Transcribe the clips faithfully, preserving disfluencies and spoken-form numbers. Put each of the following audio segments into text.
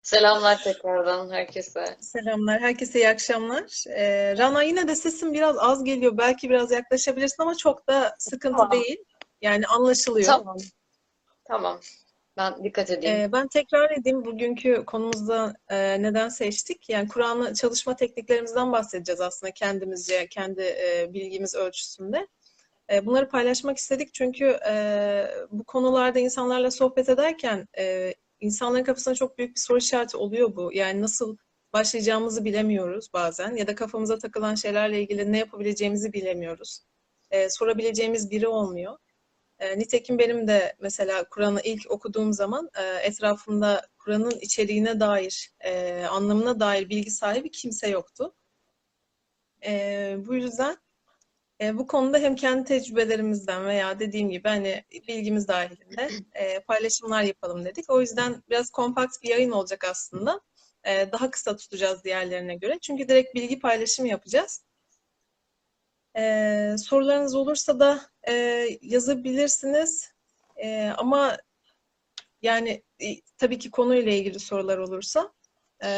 Selamlar tekrardan herkese. Selamlar, herkese iyi akşamlar. Ee, Rana yine de sesin biraz az geliyor. Belki biraz yaklaşabilirsin ama çok da sıkıntı Tamam, değil. Yani anlaşılıyor. tamam, tamam. Ben dikkat edeyim. Ee, ben tekrar edeyim bugünkü konumuzda e, neden seçtik? Yani Kur'an'la çalışma tekniklerimizden bahsedeceğiz aslında kendimizce, kendi e, bilgimiz ölçüsünde. E, bunları paylaşmak istedik çünkü e, bu konularda insanlarla sohbet ederken e, insanların kafasında çok büyük bir soru işareti oluyor bu. Yani nasıl başlayacağımızı bilemiyoruz bazen ya da kafamıza takılan şeylerle ilgili ne yapabileceğimizi bilemiyoruz. E, sorabileceğimiz biri olmuyor. E, nitekim benim de mesela Kur'an'ı ilk okuduğum zaman e, etrafımda Kur'an'ın içeriğine dair, e, anlamına dair bilgi sahibi kimse yoktu. E, bu yüzden e, bu konuda hem kendi tecrübelerimizden veya dediğim gibi hani bilgimiz dahilinde e, paylaşımlar yapalım dedik. O yüzden biraz kompakt bir yayın olacak aslında. E, daha kısa tutacağız diğerlerine göre. Çünkü direkt bilgi paylaşımı yapacağız. E, sorularınız olursa da e, yazabilirsiniz. E, ama yani e, tabii ki konuyla ilgili sorular olursa e,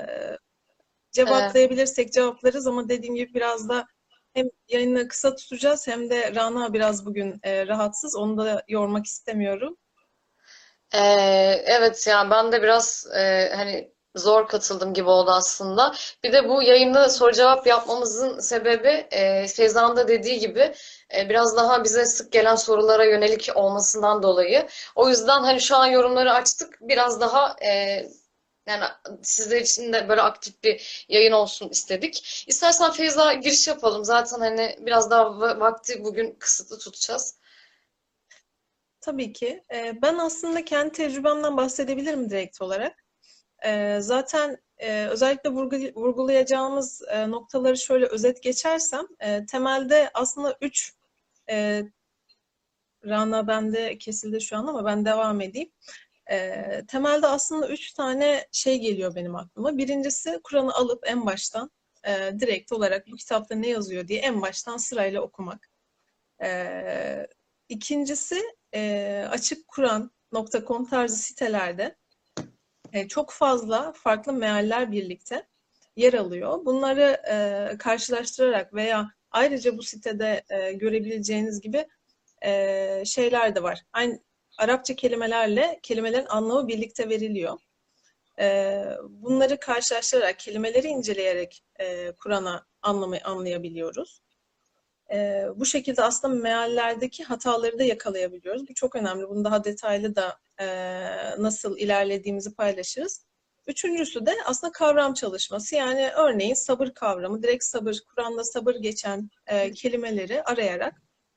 Ee, cevaplayabilirsek cevaplarız ama dediğim gibi biraz da hem yayını kısa tutacağız hem de Rana biraz bugün e, rahatsız. Onu da yormak istemiyorum. e, evet yani ben de biraz e, hani zor katıldım gibi oldu aslında. Bir de bu yayında soru cevap yapmamızın sebebi e, Feyza'nın da dediği gibi e, biraz daha bize sık gelen sorulara yönelik olmasından dolayı. O yüzden hani şu an yorumları açtık. Biraz daha e, yani sizler için de böyle aktif bir yayın olsun istedik. İstersen Feyza giriş yapalım. Zaten hani biraz daha va- vakti bugün kısıtlı tutacağız. Tabii ki. E, ben aslında kendi tecrübemden bahsedebilirim direkt olarak. E, zaten e, özellikle vurgu- vurgulayacağımız e, noktaları şöyle özet geçersem, e, temelde aslında üç, e, Rana bende kesildi şu an ama ben devam edeyim. E, temelde aslında üç tane şey geliyor benim aklıma. Birincisi Kur'an'ı alıp en baştan e, direkt olarak bu kitapta ne yazıyor diye en baştan sırayla okumak. E, ikincisi e, açık Kur'an nokta com tarzı sitelerde e, çok fazla farklı mealler birlikte yer alıyor. Bunları e, karşılaştırarak veya ayrıca bu sitede e, görebileceğiniz gibi e, şeyler de var. Aynı Arapça kelimelerle kelimelerin anlamı birlikte veriliyor. E, bunları karşılaştırarak, kelimeleri inceleyerek e, Kur'an'a anlamı anlayabiliyoruz. E, bu şekilde aslında meallerdeki hataları da yakalayabiliyoruz. Bu çok önemli. Bunu daha detaylı da e, nasıl ilerlediğimizi paylaşırız. Üçüncüsü de aslında kavram çalışması. Yani örneğin sabır kavramı, direkt sabır, Kur'an'da sabır geçen e, kelimeleri arayarak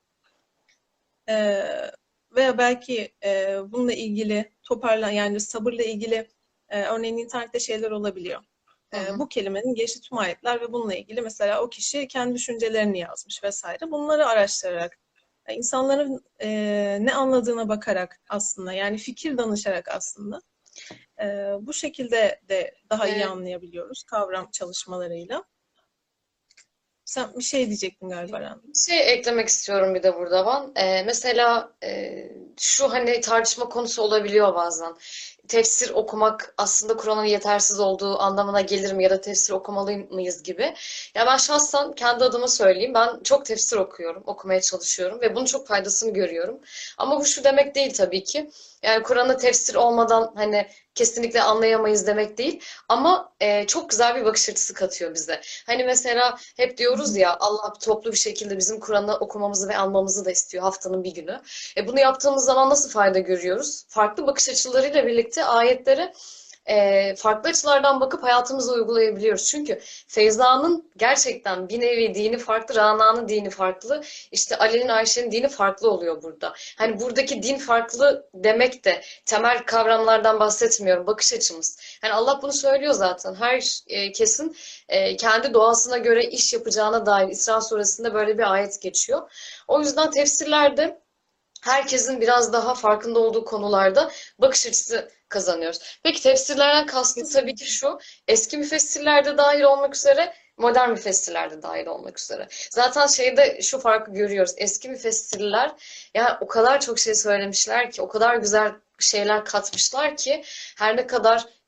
e, veya belki e, bununla ilgili toparlan yani sabırla ilgili e, örneğin internette şeyler olabiliyor. Hı E, hı. bu kelimenin geçtiği tüm ayetler ve bununla ilgili mesela o kişi kendi düşüncelerini yazmış vesaire. Bunları araştırarak e, insanların e, ne anladığına bakarak aslında yani fikir danışarak aslında e, bu şekilde de daha iyi Ee, anlayabiliyoruz kavram çalışmalarıyla. Sen bir şey diyecektin galiba Rana. Bir şey eklemek istiyorum bir de burada ben. Ee, mesela e, şu hani tartışma konusu olabiliyor bazen. Tefsir okumak aslında Kur'an'ın yetersiz olduğu anlamına gelir mi ya da tefsir okumalı mıyız gibi. Ya ben şahsen kendi adıma söyleyeyim. Ben çok tefsir okuyorum, okumaya çalışıyorum ve bunun çok faydasını görüyorum. Ama bu şu demek değil tabii ki. Yani Kur'an'ı tefsir olmadan hani kesinlikle anlayamayız demek değil. Ama e, çok güzel bir bakış açısı katıyor bize. Hani mesela hep diyoruz ya Allah toplu bir şekilde bizim Kur'an'ı okumamızı ve anlamamızı da istiyor haftanın bir günü. E bunu yaptığımız zaman nasıl fayda görüyoruz? Farklı bakış açılarıyla birlikte ayetleri e, farklı açılardan bakıp hayatımıza uygulayabiliyoruz. Çünkü Feyza'nın gerçekten bir nevi dini farklı, Rana'nın dini farklı, işte Ali'nin, Ayşe'nin dini farklı oluyor burada. Hani buradaki din farklı demek de temel kavramlardan bahsetmiyorum, bakış açımız. Hani Allah bunu söylüyor zaten. Her e, kesin e, kendi doğasına göre iş yapacağına dair İsra suresinde böyle bir ayet geçiyor. O yüzden tefsirlerde herkesin biraz daha farkında olduğu konularda bakış açısı kazanıyoruz. Peki tefsirlerden kastım tabii ki Kesinlikle. şu, eski müfessirlerde dahil olmak üzere, modern müfessirlerde dahil olmak üzere. Zaten şeyde şu farkı görüyoruz. Eski müfessirler yani o kadar çok şey söylemişler ki, o kadar güzel şeyler katmışlar ki her ne kadar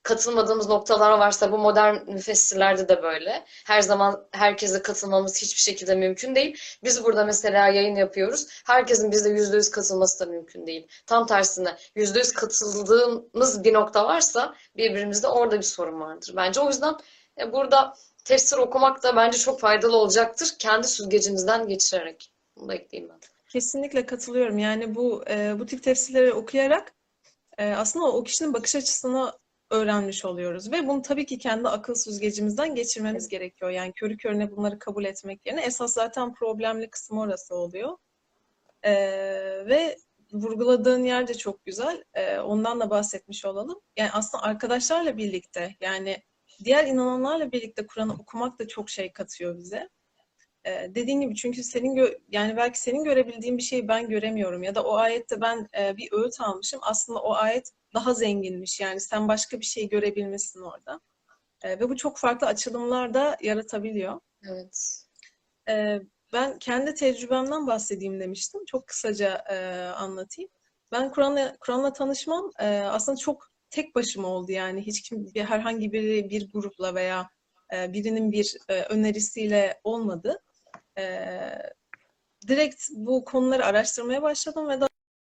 katılmadığımız noktalar varsa bu modern müfessirlerde de böyle. Her zaman herkese katılmamız hiçbir şekilde mümkün değil. Biz burada mesela yayın yapıyoruz. Herkesin bizde yüzde yüz katılması da mümkün değil. Tam tersine yüzde yüz katıldığımız bir nokta varsa birbirimizde orada bir sorun vardır. Bence o yüzden e, burada tefsir okumak da bence çok faydalı olacaktır. Kendi süzgecinizden geçirerek. Bunu da ekleyeyim ben. Kesinlikle katılıyorum. Yani bu e, bu tip tefsirleri okuyarak e, aslında o kişinin bakış açısını öğrenmiş oluyoruz ve bunu tabii ki kendi akıl süzgecimizden geçirmemiz Evet. gerekiyor. Yani körü körüne bunları kabul etmek yerine esas zaten problemli kısmı orası oluyor. E, ve vurguladığın yer de çok güzel. E, ondan da bahsetmiş olalım. Yani aslında arkadaşlarla birlikte yani diğer inananlarla birlikte Kur'an'ı okumak da çok şey katıyor bize. Ee, dediğin gibi çünkü senin gö- yani belki senin görebildiğin bir şeyi ben göremiyorum ya da o ayette ben e, bir öğüt almışım. Aslında o ayet daha zenginmiş. Yani sen başka bir şey görebilmişsin orada. E, ve bu çok farklı açılımlar da yaratabiliyor. Evet. E, ben kendi tecrübemden bahsedeyim demiştim. Çok kısaca e, anlatayım. Ben Kur'an'la Kur'an'la tanışmam e, aslında çok tek başıma oldu. Yani hiç kim bir herhangi bir bir grupla veya e, birinin bir e, önerisiyle olmadı. Ee, direkt bu konuları araştırmaya başladım ve daha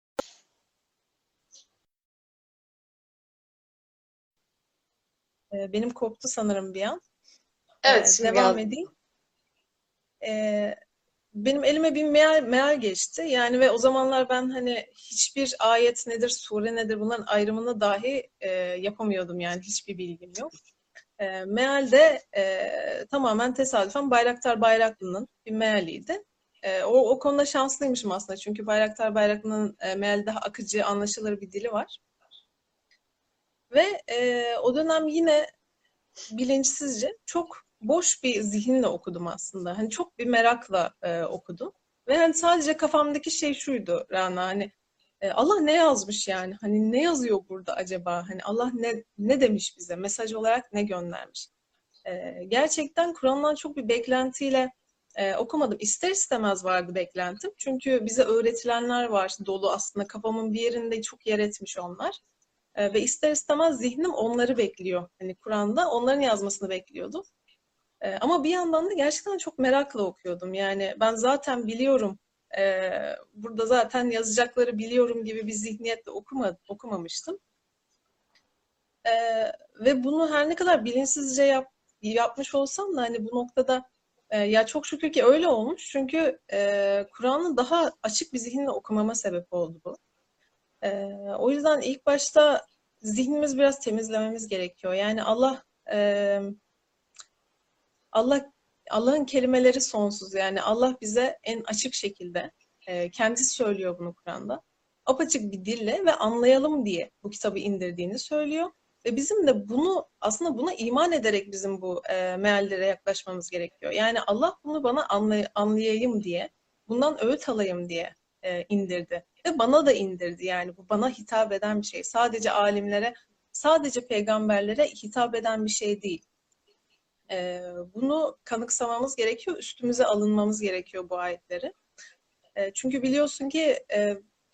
e, benim koptu sanırım bir an. Evet, Ee, şimdi devam geldi. edeyim. Ee, benim elime bir meal, meal geçti. Yani ve o zamanlar ben hani hiçbir ayet nedir, sure nedir bunların ayrımını dahi e, yapamıyordum yani hiçbir bilgim yok. E, meal de e, tamamen tesadüfen Bayraktar Bayraklı'nın bir mealiydi. E, o, o konuda şanslıymışım aslında çünkü Bayraktar Bayraklı'nın e, meali daha akıcı, anlaşılır bir dili var. Ve e, o dönem yine bilinçsizce çok boş bir zihinle okudum aslında. Hani çok bir merakla e, okudum. Ve hani sadece kafamdaki şey şuydu Rana hani e, Allah ne yazmış yani? Hani ne yazıyor burada acaba? Hani Allah ne ne demiş bize? Mesaj olarak ne göndermiş? E, gerçekten Kur'an'dan çok bir beklentiyle e, okumadım. İster istemez vardı beklentim. Çünkü bize öğretilenler var dolu aslında. Kafamın bir yerinde çok yer etmiş onlar. E, ve ister istemez zihnim onları bekliyor. Hani Kur'an'da onların yazmasını bekliyordum. E, ama bir yandan da gerçekten çok merakla okuyordum. Yani ben zaten biliyorum, e, burada zaten yazacakları biliyorum gibi bir zihniyetle okuma, okumamıştım. E, ve bunu her ne kadar bilinçsizce yap, yapmış olsam da hani bu noktada e, ya çok şükür ki öyle olmuş. Çünkü e, Kur'an'ı daha açık bir zihinle okumama sebep oldu bu. E, o yüzden ilk başta zihnimiz biraz temizlememiz gerekiyor. Yani Allah e, Allah Allah'ın kelimeleri sonsuz. Yani Allah bize en açık şekilde e, kendisi söylüyor bunu Kur'an'da. Apaçık bir dille ve anlayalım diye bu kitabı indirdiğini söylüyor. Ve bizim de bunu aslında buna iman ederek bizim bu e, meallere yaklaşmamız gerekiyor. Yani Allah bunu bana anlay anlayayım diye, bundan öğüt alayım diye e, indirdi. Ve bana da indirdi yani bu bana hitap eden bir şey. Sadece alimlere, sadece peygamberlere hitap eden bir şey değil. Ee, bunu kanıksamamız gerekiyor, üstümüze alınmamız gerekiyor bu ayetleri. Ee, çünkü biliyorsun ki e,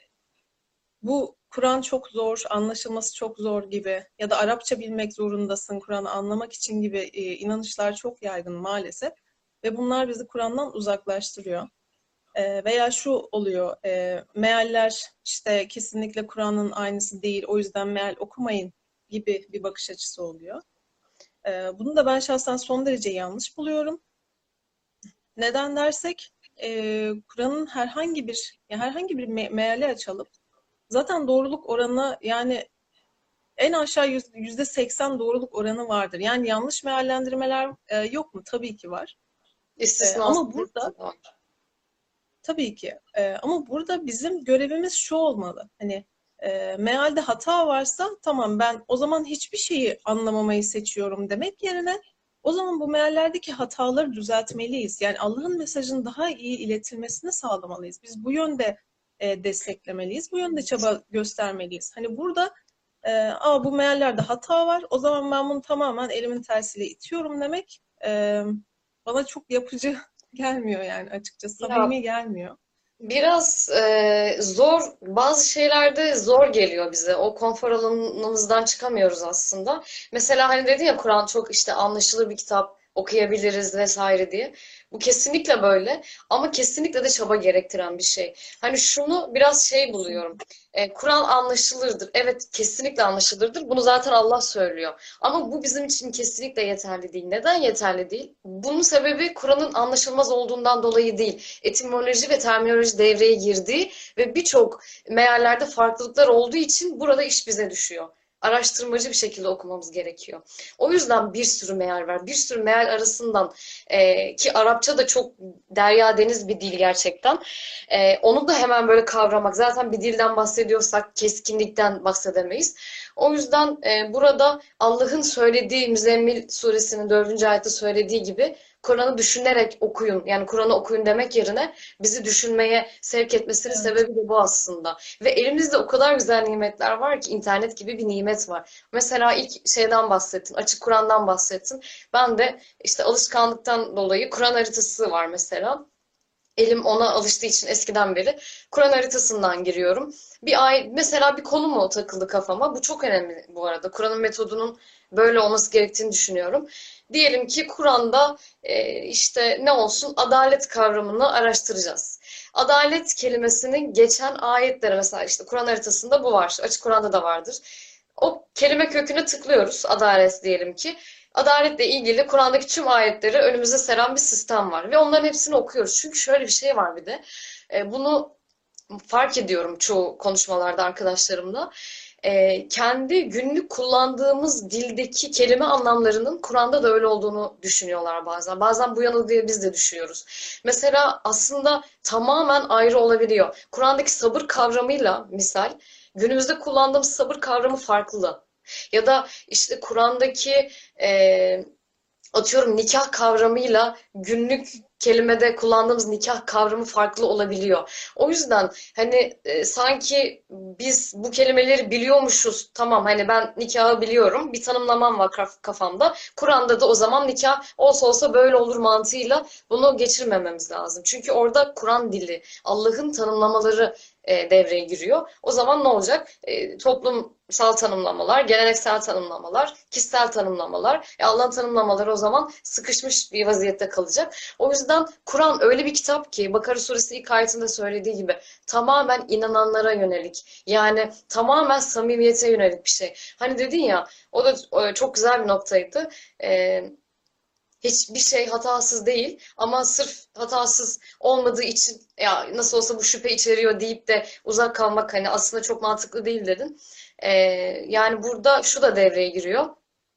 bu Kur'an çok zor, anlaşılması çok zor gibi ya da Arapça bilmek zorundasın Kur'an'ı anlamak için gibi e, inanışlar çok yaygın maalesef. Ve bunlar bizi Kur'an'dan uzaklaştırıyor. Ee, veya şu oluyor, e, mealler işte kesinlikle Kur'an'ın aynısı değil, o yüzden meal okumayın gibi bir bakış açısı oluyor. Ee, bunu da ben şahsen son derece yanlış buluyorum. Neden dersek e, Kur'an'ın herhangi bir ya herhangi bir me meali açalım. Zaten doğruluk oranı yani en aşağı yüzde seksen doğruluk oranı vardır. Yani yanlış meallendirmeler e, yok mu? Tabii ki var. E, İstisnası ama burada var. tabii ki e, ama burada bizim görevimiz şu olmalı. Hani e, mealde hata varsa tamam ben o zaman hiçbir şeyi anlamamayı seçiyorum demek yerine o zaman bu meallerdeki hataları düzeltmeliyiz. Yani Allah'ın mesajının daha iyi iletilmesini sağlamalıyız. Biz bu yönde e, desteklemeliyiz. Bu yönde çaba göstermeliyiz. Hani burada e, Aa, bu meallerde hata var. O zaman ben bunu tamamen elimin tersiyle itiyorum demek e, bana çok yapıcı gelmiyor yani açıkçası. Ya Samimi gelmiyor. Biraz e, zor, bazı şeylerde zor geliyor bize. O konfor alanımızdan çıkamıyoruz aslında. Mesela hani dedin ya Kur'an çok işte anlaşılır bir kitap, okuyabiliriz vesaire diye. Bu kesinlikle böyle ama kesinlikle de çaba gerektiren bir şey. Hani şunu biraz şey buluyorum. E, Kur'an anlaşılırdır. Evet, kesinlikle anlaşılırdır. Bunu zaten Allah söylüyor. Ama bu bizim için kesinlikle yeterli değil. Neden yeterli değil? Bunun sebebi Kur'an'ın anlaşılmaz olduğundan dolayı değil, etimoloji ve terminoloji devreye girdiği ve birçok meallerde farklılıklar olduğu için burada iş bize düşüyor. Araştırmacı bir şekilde okumamız gerekiyor. O yüzden bir sürü meal var. Bir sürü meal arasından e, ki Arapça da çok derya deniz bir dil gerçekten. E, onu da hemen böyle kavramak. Zaten bir dilden bahsediyorsak keskinlikten bahsedemeyiz. O yüzden e, burada Allah'ın söylediği Müzzemmil suresinin dördüncü ayette söylediği gibi Kur'an'ı düşünerek okuyun. Yani Kur'an'ı okuyun demek yerine bizi düşünmeye sevk etmesinin Evet. sebebi de bu aslında. Ve elimizde o kadar güzel nimetler var ki internet gibi bir nimet var. Mesela ilk şeyden bahsettin, açık Kur'an'dan bahsettin. Ben de işte alışkanlıktan dolayı Kur'an haritası var mesela. Elim ona alıştığı için eskiden beri Kur'an haritasından giriyorum. Bir ay mesela bir konu mu takıldı kafama? Bu çok önemli bu arada. Kur'an'ın metodunun böyle olması gerektiğini düşünüyorum. Diyelim ki Kur'an'da e, işte ne olsun adalet kavramını araştıracağız. Adalet kelimesinin geçen ayetlere mesela işte Kur'an haritasında bu var. Açık Kur'an'da da vardır. O kelime köküne tıklıyoruz. Adalet diyelim ki. Adaletle ilgili Kur'an'daki tüm ayetleri önümüze seren bir sistem var. Ve onların hepsini okuyoruz. Çünkü şöyle bir şey var bir de. E, bunu fark ediyorum çoğu konuşmalarda arkadaşlarımla. E, kendi günlük kullandığımız dildeki kelime anlamlarının Kur'an'da da öyle olduğunu düşünüyorlar bazen. Bazen bu yanılgıya biz de düşüyoruz. Mesela aslında tamamen ayrı olabiliyor. Kur'an'daki sabır kavramıyla misal günümüzde kullandığımız sabır kavramı farklı. Ya da işte Kur'an'daki e, atıyorum nikah kavramıyla günlük kelimede kullandığımız nikah kavramı farklı olabiliyor. O yüzden hani e, sanki biz bu kelimeleri biliyormuşuz. Tamam hani ben nikahı biliyorum. Bir tanımlamam var kaf- kafamda. Kur'an'da da o zaman nikah olsa olsa böyle olur mantığıyla bunu geçirmememiz lazım. Çünkü orada Kur'an dili, Allah'ın tanımlamaları e, devreye giriyor. O zaman ne olacak? E, toplumsal tanımlamalar, geleneksel tanımlamalar, kişisel tanımlamalar. E, Allah'ın tanımlamaları o zaman sıkışmış bir vaziyette kalacak. O yüzden Kur'an öyle bir kitap ki Bakara suresi ilk ayetinde söylediği gibi tamamen inananlara yönelik. Yani tamamen samimiyete yönelik bir şey. Hani dedin ya o da e, çok güzel bir noktaydı. E, Hiçbir şey hatasız değil ama sırf hatasız olmadığı için ya nasıl olsa bu şüphe içeriyor deyip de uzak kalmak hani aslında çok mantıklı değil dedin. Ee, Yani burada şu da devreye giriyor.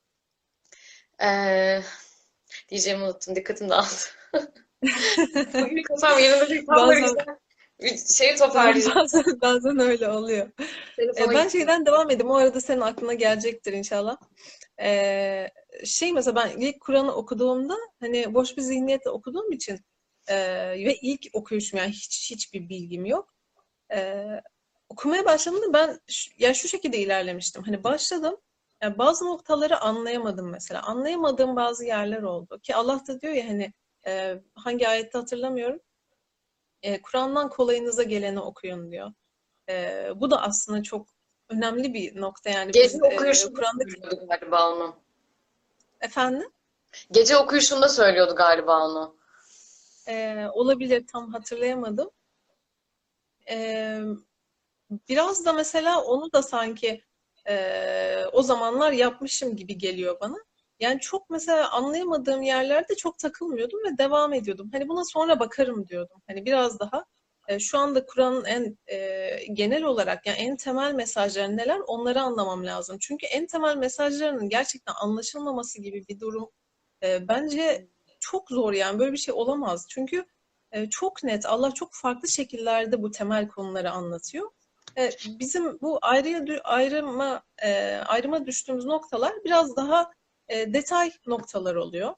Ee, Diyeceğimi unuttum. Dikkatim dağıldı. Bugün kafam yerinde değil. Tam böyle Bazen güzel bir şeyi ben toparlayacağım. bazen bazen öyle oluyor. Telefona E, ben gittim. şeyden devam edeyim. O arada senin aklına gelecektir inşallah. E, şey mesela ben ilk Kur'an'ı okuduğumda hani boş bir zihniyetle okuduğum için e, ve ilk okuyuşum yani hiç hiçbir bilgim yok. E, okumaya başladığımda ben şu, yani şu şekilde ilerlemiştim. Hani başladım. Yani bazı noktaları anlayamadım mesela. Anlayamadığım bazı yerler oldu. Ki Allah da diyor ya hani e, hangi ayette hatırlamıyorum. E, Kur'an'dan kolayınıza geleni okuyun diyor. E, bu da aslında çok önemli bir nokta yani Gece biz e, okuyuşunda Kur'an'daki söylüyordu galiba onu. efendim Gece okuyuşunda söylüyordu galiba onu. e, olabilir tam hatırlayamadım. E, biraz da mesela onu da sanki e, o zamanlar yapmışım gibi geliyor bana. Yani çok mesela anlayamadığım yerlerde çok takılmıyordum ve devam ediyordum. Hani buna sonra bakarım diyordum. Hani biraz daha e, şu anda Kur'an'ın en e, genel olarak yani en temel mesajları neler onları anlamam lazım. Çünkü en temel mesajlarının gerçekten anlaşılmaması gibi bir durum e, bence çok zor yani böyle bir şey olamaz. Çünkü e, çok net Allah çok farklı şekillerde bu temel konuları anlatıyor. E, bizim bu ayrıya ayrıma e, ayrıma düştüğümüz noktalar biraz daha e, detay noktalar oluyor.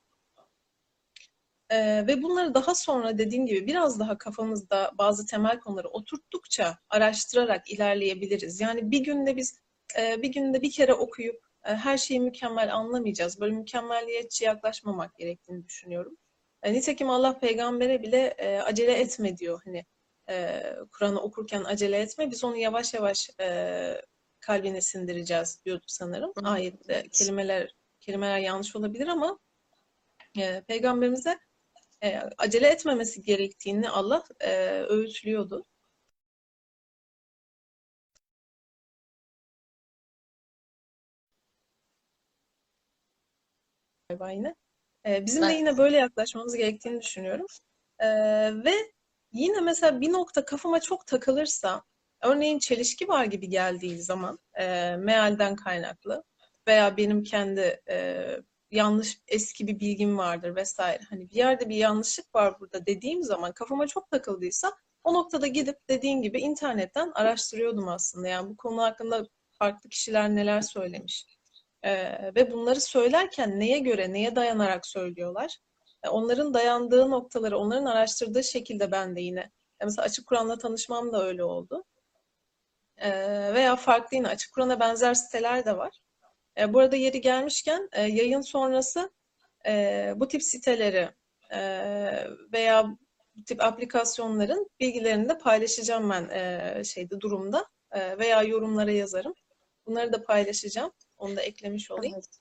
E, ve bunları daha sonra dediğim gibi biraz daha kafamızda bazı temel konuları oturttukça araştırarak ilerleyebiliriz. Yani bir günde biz e, bir günde bir kere okuyup e, her şeyi mükemmel anlamayacağız. Böyle mükemmelliyetçi yaklaşmamak gerektiğini düşünüyorum. E, nitekim Allah peygambere bile e, acele etme diyor. Hani e, Kur'an'ı okurken acele etme. Biz onu yavaş yavaş e, kalbine sindireceğiz diyordu sanırım. Hı hı, Ayette evet. kelimeler kelimeler yanlış olabilir ama e, peygamberimize e, acele etmemesi gerektiğini Allah e, öğütlüyordu. Galiba yine. E, bizim de yine Evet. böyle yaklaşmamız gerektiğini düşünüyorum. E, ve yine mesela bir nokta kafama çok takılırsa, örneğin çelişki var gibi geldiği zaman e, mealden kaynaklı veya benim kendi e, yanlış eski bir bilgim vardır vesaire. Hani bir yerde bir yanlışlık var burada dediğim zaman kafama çok takıldıysa o noktada gidip dediğin gibi internetten araştırıyordum aslında. Yani bu konu hakkında farklı kişiler neler söylemiş. Ee, ve bunları söylerken neye göre, neye dayanarak söylüyorlar? E, onların dayandığı noktaları, onların araştırdığı şekilde ben de yine. e, Mesela Açık Kur'an'la tanışmam da öyle oldu. Ee, veya farklı yine Açık Kur'an'a benzer siteler de var. E, bu arada yeri gelmişken e, yayın sonrası e, bu tip siteleri e, veya bu tip aplikasyonların bilgilerini de paylaşacağım ben e, şeyde durumda E, veya yorumlara yazarım. Bunları da paylaşacağım. Onu da eklemiş olayım. Evet.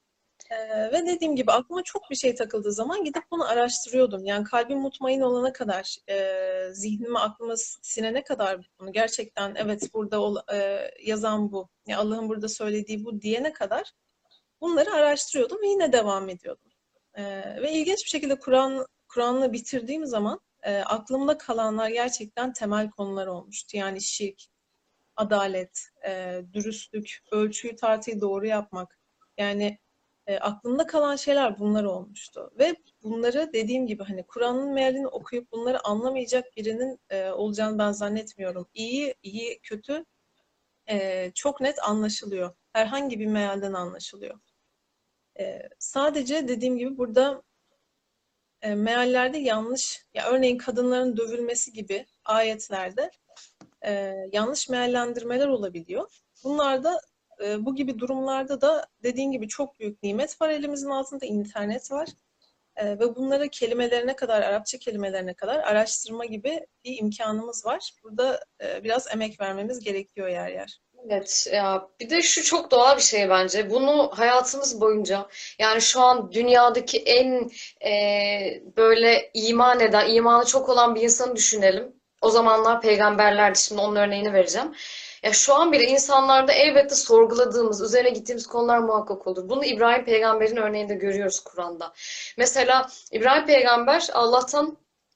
Ee, ve dediğim gibi aklıma çok bir şey takıldığı zaman gidip bunu araştırıyordum. Yani kalbim mutmain olana kadar, e, zihnime, aklıma sinene kadar bunu gerçekten evet burada ol- e, yazan bu, ya Allah'ın burada söylediği bu diyene kadar bunları araştırıyordum ve yine devam ediyordum. Ee, ve ilginç bir şekilde Kur'an Kur'an'la bitirdiğim zaman e, aklımda kalanlar gerçekten temel konular olmuştu. Yani şirk, adalet, e, dürüstlük, ölçüyü tartıyı doğru yapmak. Yani e, aklımda kalan şeyler bunlar olmuştu. Ve bunları dediğim gibi hani Kur'an'ın mealini okuyup bunları anlamayacak birinin e, olacağını ben zannetmiyorum. İyi, iyi, kötü e, çok net anlaşılıyor. Herhangi bir mealden anlaşılıyor. E, sadece dediğim gibi burada e, meallerde yanlış, ya örneğin kadınların dövülmesi gibi ayetlerde e, yanlış meallendirmeler olabiliyor. Bunlar da e, bu gibi durumlarda da dediğin gibi çok büyük nimet var elimizin altında, internet var. E, ve bunları kelimelerine kadar, Arapça kelimelerine kadar araştırma gibi bir imkanımız var. Burada e, biraz emek vermemiz gerekiyor yer yer. Evet ya bir de şu çok doğal bir şey bence. Bunu hayatımız boyunca yani şu an dünyadaki en e, böyle iman eden, imanı çok olan bir insanı düşünelim. O zamanlar peygamberlerdi. Şimdi onun örneğini vereceğim. Ya şu an bile insanlarda elbette sorguladığımız, üzerine gittiğimiz konular muhakkak olur. Bunu İbrahim peygamberin örneğinde görüyoruz Kur'an'da. Mesela İbrahim peygamber Allah'tan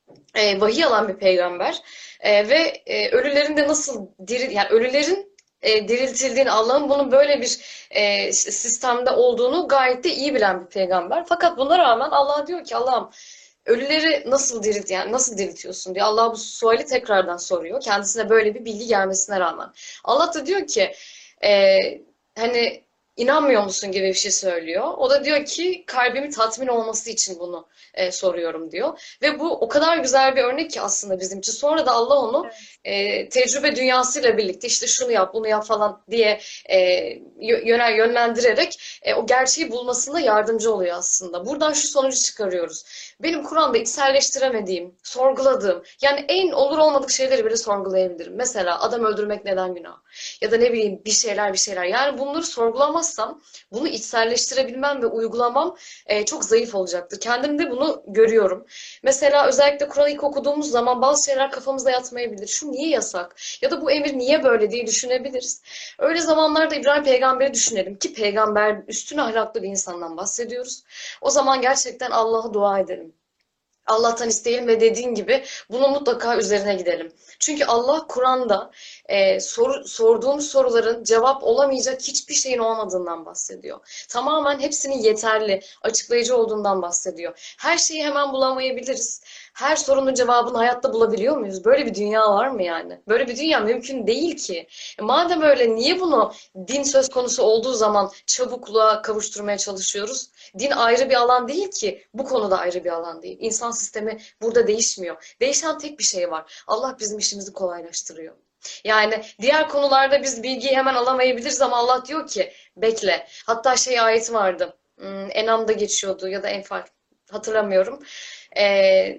e, vahiy alan bir peygamber. E, ve e, ölülerin de nasıl diri yani ölülerin e, diriltildiğini, Allah'ın bunun böyle bir e, sistemde olduğunu gayet de iyi bilen bir peygamber. Fakat buna rağmen Allah diyor ki Allah'ım ölüleri nasıl dirilt yani nasıl diriltiyorsun diyor. Allah bu suali tekrardan soruyor. Kendisine böyle bir bilgi gelmesine rağmen. Allah da diyor ki e, hani inanmıyor musun gibi bir şey söylüyor. O da diyor ki kalbimi tatmin olması için bunu e, soruyorum diyor. Ve bu o kadar güzel bir örnek ki aslında bizim için. Sonra da Allah onu Evet. e, tecrübe dünyasıyla birlikte işte şunu yap, bunu yap falan diye e, yönel yönlendirerek e, o gerçeği bulmasında yardımcı oluyor aslında. Buradan şu sonucu çıkarıyoruz. Benim Kur'an'da içselleştiremediğim, sorguladığım, yani en olur olmadık şeyleri bile sorgulayabilirim. Mesela adam öldürmek neden günah? Ya da ne bileyim bir şeyler bir şeyler. Yani bunları sorgulamazsam bunu içselleştirebilmem ve uygulamam e, çok zayıf olacaktır. Kendimde bunu görüyorum. Mesela özellikle Kur'an'ı ilk okuduğumuz zaman bazı şeyler kafamızda yatmayabilir. Şu niye yasak? Ya da bu emir niye böyle diye düşünebiliriz. Öyle zamanlarda İbrahim peygamberi düşünelim ki peygamber üstün ahlaklı bir insandan bahsediyoruz. O zaman gerçekten Allah'a dua edelim. Allah'tan isteyelim ve dediğin gibi bunu mutlaka üzerine gidelim. Çünkü Allah Kur'an'da e, soru, sorduğumuz soruların cevap olamayacak hiçbir şeyin olmadığından bahsediyor. Tamamen hepsinin yeterli, açıklayıcı olduğundan bahsediyor. Her şeyi hemen bulamayabiliriz. Her sorunun cevabını hayatta bulabiliyor muyuz? Böyle bir dünya var mı yani? Böyle bir dünya mümkün değil ki. E madem öyle niye bunu din söz konusu olduğu zaman çabukluğa kavuşturmaya çalışıyoruz? Din ayrı bir alan değil ki, bu konuda ayrı bir alan değil. İnsan sistemi burada değişmiyor. Değişen tek bir şey var. Allah bizim işimizi kolaylaştırıyor. Yani diğer konularda biz bilgiyi hemen alamayabiliriz ama Allah diyor ki bekle. Hatta şey ayeti vardı. Hmm, Enam'da geçiyordu ya da Enfal hatırlamıyorum. Ee,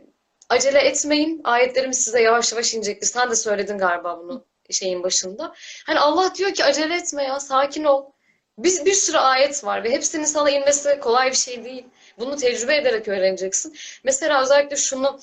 acele etmeyin. Ayetlerimiz size yavaş yavaş inecektir. Sen de söyledin galiba bunu şeyin başında. Hani Allah diyor ki acele etme ya, sakin ol. Biz bir sürü ayet var ve hepsinin sana inmesi kolay bir şey değil. Bunu tecrübe ederek öğreneceksin. Mesela özellikle şunu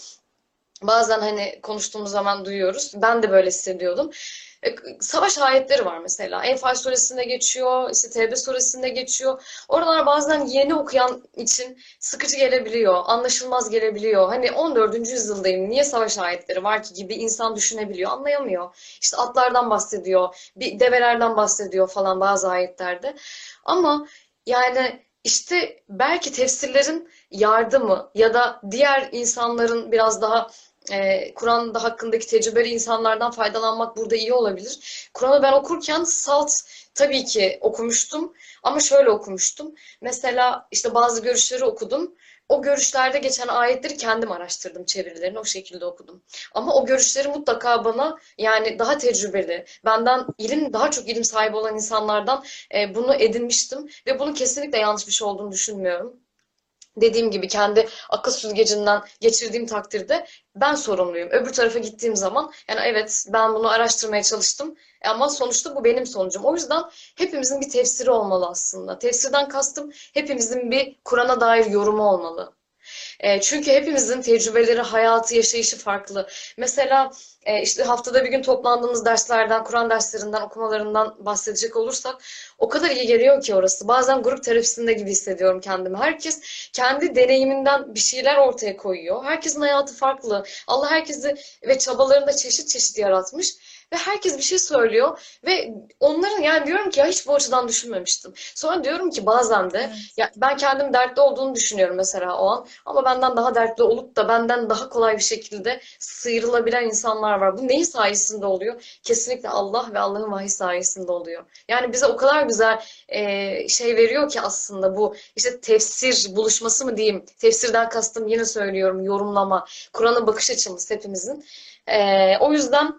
bazen hani konuştuğumuz zaman duyuyoruz. Ben de böyle hissediyordum. E, Savaş ayetleri var mesela. Enfal suresinde geçiyor, işte Tevbe suresinde geçiyor. Oralar bazen yeni okuyan için sıkıcı gelebiliyor, anlaşılmaz gelebiliyor. Hani on dördüncü yüzyıldayım, niye savaş ayetleri var ki gibi insan düşünebiliyor, anlayamıyor. İşte atlardan bahsediyor, bir develerden bahsediyor falan bazı ayetlerde. Ama yani işte belki tefsirlerin yardımı ya da diğer insanların biraz daha e, Kur'an'da hakkındaki tecrübeli insanlardan faydalanmak burada iyi olabilir. Kur'an'ı ben okurken salt tabii ki okumuştum ama şöyle okumuştum. Mesela işte bazı görüşleri okudum. O görüşlerde geçen ayetleri kendim araştırdım, çevirilerini o şekilde okudum. Ama o görüşleri mutlaka bana yani daha tecrübeli, benden ilim daha çok ilim sahibi olan insanlardan e, bunu edinmiştim ve bunun kesinlikle yanlış bir şey olduğunu düşünmüyorum. Dediğim gibi kendi akıl süzgecinden geçirdiğim takdirde ben sorumluyum. Öbür tarafa gittiğim zaman yani evet ben bunu araştırmaya çalıştım ama sonuçta bu benim sonucum. O yüzden hepimizin bir tefsiri olmalı aslında. Tefsirden kastım hepimizin bir Kur'an'a dair yorumu olmalı. E, çünkü hepimizin tecrübeleri, hayatı, yaşayışı farklı. Mesela e, işte haftada bir gün toplandığımız derslerden, Kur'an derslerinden, okumalarından bahsedecek olursak o kadar iyi geliyor ki orası. Bazen grup terapisinde gibi hissediyorum kendimi. Herkes kendi deneyiminden bir şeyler ortaya koyuyor. Herkesin hayatı farklı. Allah herkesi ve çabalarını da çeşit çeşit yaratmış. Ve herkes bir şey söylüyor ve onların yani diyorum ki ya hiç bu açıdan düşünmemiştim. Sonra diyorum ki bazen de Evet. ya ben kendim dertli olduğunu düşünüyorum mesela o an. Ama benden daha dertli olup da benden daha kolay bir şekilde sıyrılabilen insanlar var. Bu neyin sayesinde oluyor? Kesinlikle Allah ve Allah'ın vahyi sayesinde oluyor. Yani bize o kadar güzel e, şey veriyor ki aslında bu işte tefsir buluşması mı diyeyim? Tefsirden kastım yine söylüyorum yorumlama, Kur'an'a bakış açımız hepimizin. E, o yüzden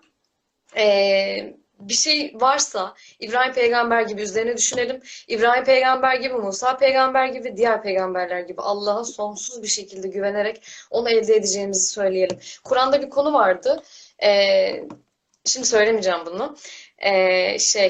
ee, bir şey varsa İbrahim peygamber gibi üzerine düşünelim. İbrahim peygamber gibi, Musa peygamber gibi, diğer peygamberler gibi Allah'a sonsuz bir şekilde güvenerek onu elde edeceğimizi söyleyelim. Kur'an'da bir konu vardı. Ee, Şimdi söylemeyeceğim bunu. Ee, şey,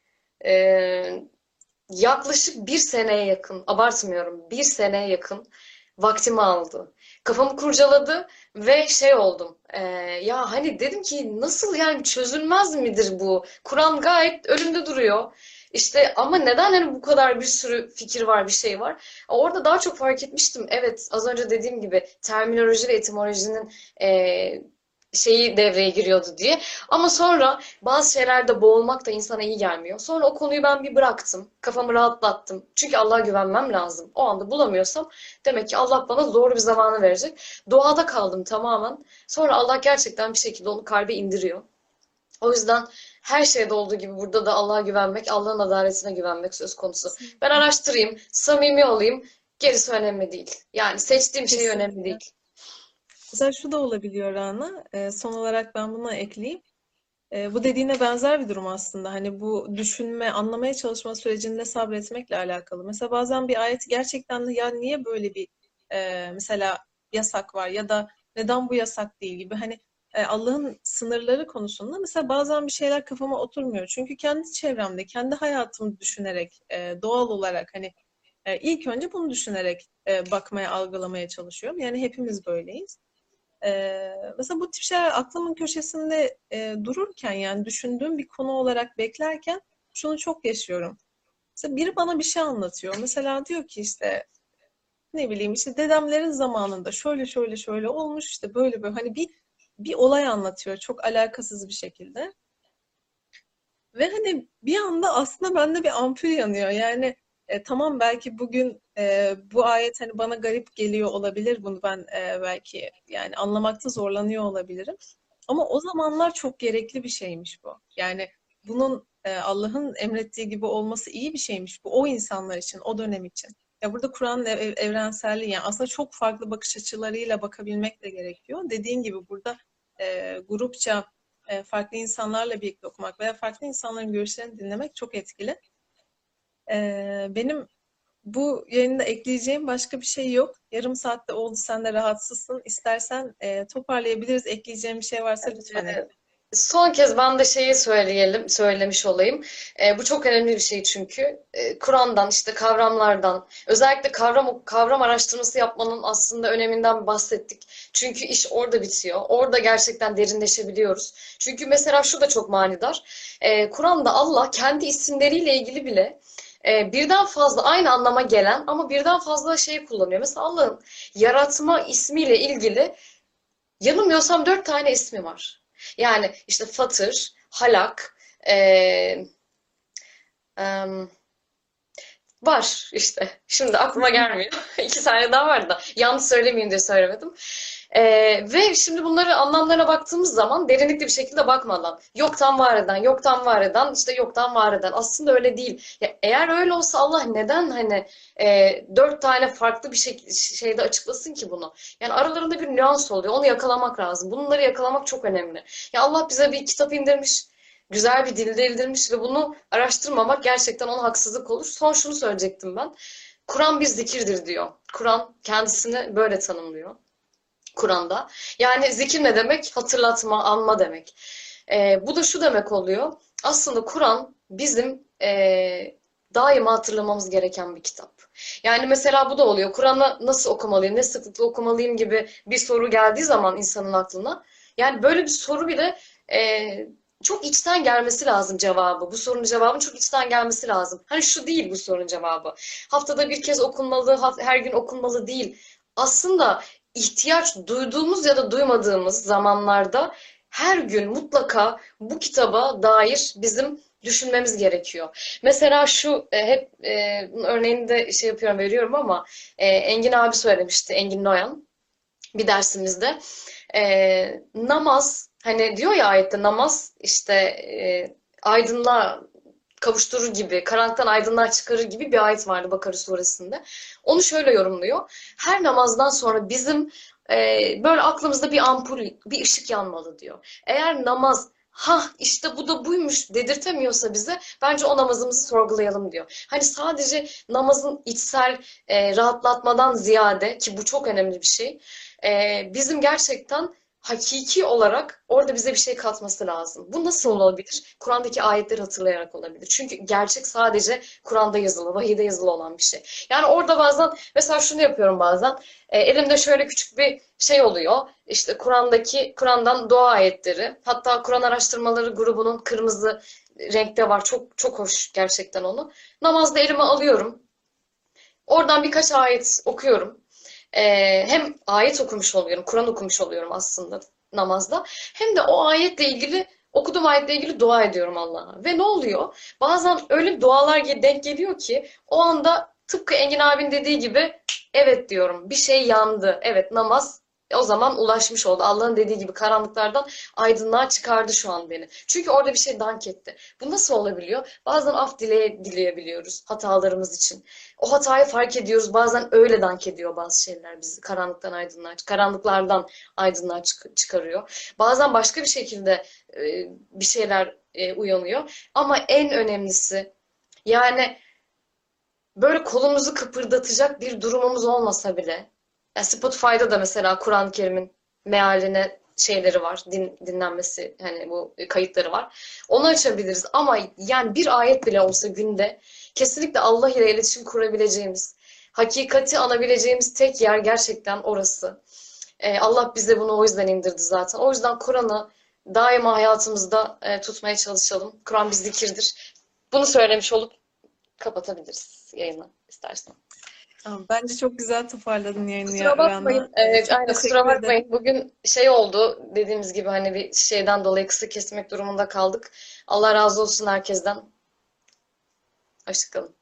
e, yaklaşık bir seneye yakın, abartmıyorum, bir seneye yakın vaktimi aldı. Kafamı kurcaladı ve şey oldum. e, ya hani dedim ki nasıl yani çözülmez midir bu? Kur'an gayet önümde duruyor. İşte ama neden hani bu kadar bir sürü fikir var, bir şey var? Orada daha çok fark etmiştim. Evet, az önce dediğim gibi terminoloji ve etimolojinin e, şeyi devreye giriyordu diye. Ama sonra bazı şeylerde boğulmak da insana iyi gelmiyor. Sonra o konuyu ben bir bıraktım. Kafamı rahatlattım. Çünkü Allah'a güvenmem lazım. O anda bulamıyorsam demek ki Allah bana doğru bir zamanı verecek. Doğada kaldım tamamen. Sonra Allah gerçekten bir şekilde onu kalbe indiriyor. O yüzden her şeyde olduğu gibi burada da Allah'a güvenmek, Allah'ın adaletine güvenmek söz konusu. Ben Kesinlikle. araştırayım, samimi olayım, gerisi önemli değil. Yani seçtiğim şey önemli Kesinlikle. değil. Mesela şu da olabiliyor Rana. Ee, son olarak ben buna ekleyeyim. Ee, bu dediğine benzer bir durum aslında. Hani bu düşünme, anlamaya çalışma sürecinde sabretmekle alakalı. Mesela bazen bir ayet gerçekten de ya niye böyle bir e, mesela yasak var ya da neden bu yasak değil gibi. Hani e, Allah'ın sınırları konusunda mesela bazen bir şeyler kafama oturmuyor. Çünkü kendi çevremde, kendi hayatımı düşünerek e, doğal olarak hani e, ilk önce bunu düşünerek e, bakmaya, algılamaya çalışıyorum. Yani hepimiz böyleyiz. Ee, mesela bu tip şeyler aklımın köşesinde e, dururken yani düşündüğüm bir konu olarak beklerken şunu çok yaşıyorum. Mesela biri bana bir şey anlatıyor. Mesela diyor ki işte ne bileyim işte dedemlerin zamanında şöyle şöyle şöyle olmuş işte böyle böyle hani bir bir olay anlatıyor çok alakasız bir şekilde. Ve hani bir anda aslında bende bir ampul yanıyor. Yani e, tamam belki bugün e, bu ayet hani bana garip geliyor olabilir. Bunu ben e, belki yani anlamakta zorlanıyor olabilirim. Ama o zamanlar çok gerekli bir şeymiş bu. Yani bunun e, Allah'ın emrettiği gibi olması iyi bir şeymiş bu o insanlar için, o dönem için. Ya burada Kur'an'ın ev- evrenselliği yani aslında çok farklı bakış açılarıyla bakabilmek de gerekiyor. Dediğin gibi burada e, grupça e, farklı insanlarla birlikte okumak veya farklı insanların görüşlerini dinlemek çok etkili. E, benim bu yayında ekleyeceğim başka bir şey yok. Yarım saatte oldu, sen de rahatsızsın. İstersen e, toparlayabiliriz. Ekleyeceğim bir şey varsa lütfen ekle. Son kez ben de şeyi söyleyelim, söylemiş olayım. E, bu çok önemli bir şey çünkü. E, Kur'an'dan, işte kavramlardan, özellikle kavram kavram araştırması yapmanın aslında öneminden bahsettik. Çünkü iş orada bitiyor. Orada gerçekten derinleşebiliyoruz. Çünkü mesela şu da çok manidar. E, Kur'an'da Allah kendi isimleriyle ilgili bile e, birden fazla aynı anlama gelen ama birden fazla şey kullanıyor. Mesela Allah'ın yaratma ismiyle ilgili yanılmıyorsam dört tane ismi var. Yani işte Fatır, Halak, eee, em, var işte. Şimdi aklıma gelmiyor. İki tane daha var da yanlış söylemeyeyim diye söylemedim. Ee, ve şimdi bunları anlamlarına baktığımız zaman derinlikli bir şekilde bakmadan yoktan var eden, yoktan var eden, işte yoktan var eden aslında öyle değil. Ya eğer öyle olsa Allah neden hani e, dört tane farklı bir şey, şeyde açıklasın ki bunu? Yani aralarında bir nüans oluyor. Onu yakalamak lazım. Bunları yakalamak çok önemli. Ya Allah bize bir kitap indirmiş. Güzel bir dilde indirmiş ve bunu araştırmamak gerçekten ona haksızlık olur. Son şunu söyleyecektim ben. Kur'an bir zikirdir diyor. Kur'an kendisini böyle tanımlıyor. Kur'an'da. Yani zikir ne demek? Hatırlatma, anma demek. Ee, bu da şu demek oluyor. Aslında Kur'an bizim e, daima hatırlamamız gereken bir kitap. Yani mesela bu da oluyor. Kur'an'ı nasıl okumalıyım, ne sıklıkla okumalıyım gibi bir soru geldiği zaman insanın aklına. Yani böyle bir soru bile e, çok içten gelmesi lazım cevabı. Bu sorunun cevabının çok içten gelmesi lazım. Hani şu değil bu sorunun cevabı. Haftada bir kez okunmalı, her gün okunmalı değil. Aslında ihtiyaç duyduğumuz ya da duymadığımız zamanlarda her gün mutlaka bu kitaba dair bizim düşünmemiz gerekiyor. Mesela şu e, hep e, bunun örneğini de şey yapıyorum veriyorum ama e, Engin abi söylemişti, Engin Noyan bir dersimizde. E, namaz hani diyor ya ayette namaz işte e, aydınlığa kavuşturur gibi, karanlıktan aydınlığa çıkarır gibi bir ayet vardı Bakara suresinde. Onu şöyle yorumluyor. Her namazdan sonra bizim e, böyle aklımızda bir ampul, bir ışık yanmalı diyor. Eğer namaz ha işte bu da buymuş dedirtemiyorsa bize bence o namazımızı sorgulayalım diyor. Hani sadece namazın içsel e, rahatlatmadan ziyade ki bu çok önemli bir şey. E, bizim gerçekten hakiki olarak orada bize bir şey katması lazım. Bu nasıl olabilir? Kur'an'daki ayetleri hatırlayarak olabilir. Çünkü gerçek sadece Kur'an'da yazılı, vahiyde yazılı olan bir şey. Yani orada bazen mesela şunu yapıyorum bazen. E, elimde şöyle küçük bir şey oluyor. İşte Kur'an'daki Kur'an'dan dua ayetleri. Hatta Kur'an Araştırmaları grubunun kırmızı renkte var. Çok çok hoş gerçekten onu. Namazda elime alıyorum. Oradan birkaç ayet okuyorum. Ee, hem ayet okumuş oluyorum, Kur'an okumuş oluyorum aslında namazda. Hem de o ayetle ilgili, okuduğum ayetle ilgili dua ediyorum Allah'a. Ve ne oluyor? Bazen öyle dualar ge- denk geliyor ki o anda tıpkı Engin abin dediği gibi evet diyorum. Bir şey yandı. Evet namaz o zaman ulaşmış oldu. Allah'ın dediği gibi karanlıklardan aydınlığa çıkardı şu an beni. Çünkü orada bir şey dank etti. Bu nasıl olabiliyor? Bazen af dileye, dileyebiliyoruz hatalarımız için. O hatayı fark ediyoruz. Bazen öyle dank ediyor bazı şeyler bizi. Karanlıktan aydınlığa, karanlıklardan aydınlığa çık- çıkarıyor. Bazen başka bir şekilde e, bir şeyler e, uyanıyor. Ama en önemlisi yani böyle kolumuzu kıpırdatacak bir durumumuz olmasa bile ya Spotify'da da mesela Kur'an-ı Kerim'in mealine şeyleri var. Din, dinlenmesi hani bu kayıtları var. Onu açabiliriz ama yani bir ayet bile olsa günde kesinlikle Allah ile iletişim kurabileceğimiz, hakikati anabileceğimiz tek yer gerçekten orası. Ee, Allah bize bunu o yüzden indirdi zaten. O yüzden Kur'an'ı daima hayatımızda e, tutmaya çalışalım. Kur'an bir zikirdir. Bunu söylemiş olup kapatabiliriz yayını istersen. Tamam, bence çok güzel toparladın yayını Kusura ya Rana. bakmayın. Ee, Evet, çok aynen kusura teşekkür ederim. bakmayın. Bugün şey oldu dediğimiz gibi hani bir şeyden dolayı kısa kesmek durumunda kaldık. Allah razı olsun herkesten. Hoşça kalın.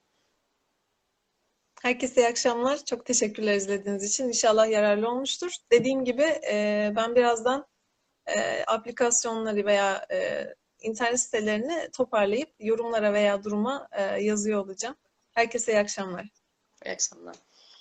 Herkese iyi akşamlar. Çok teşekkürler izlediğiniz için. İnşallah yararlı olmuştur. Dediğim gibi e, ben birazdan e, aplikasyonları veya e, internet sitelerini toparlayıp yorumlara veya duruma e, yazıyor olacağım. Herkese iyi akşamlar. İyi akşamlar.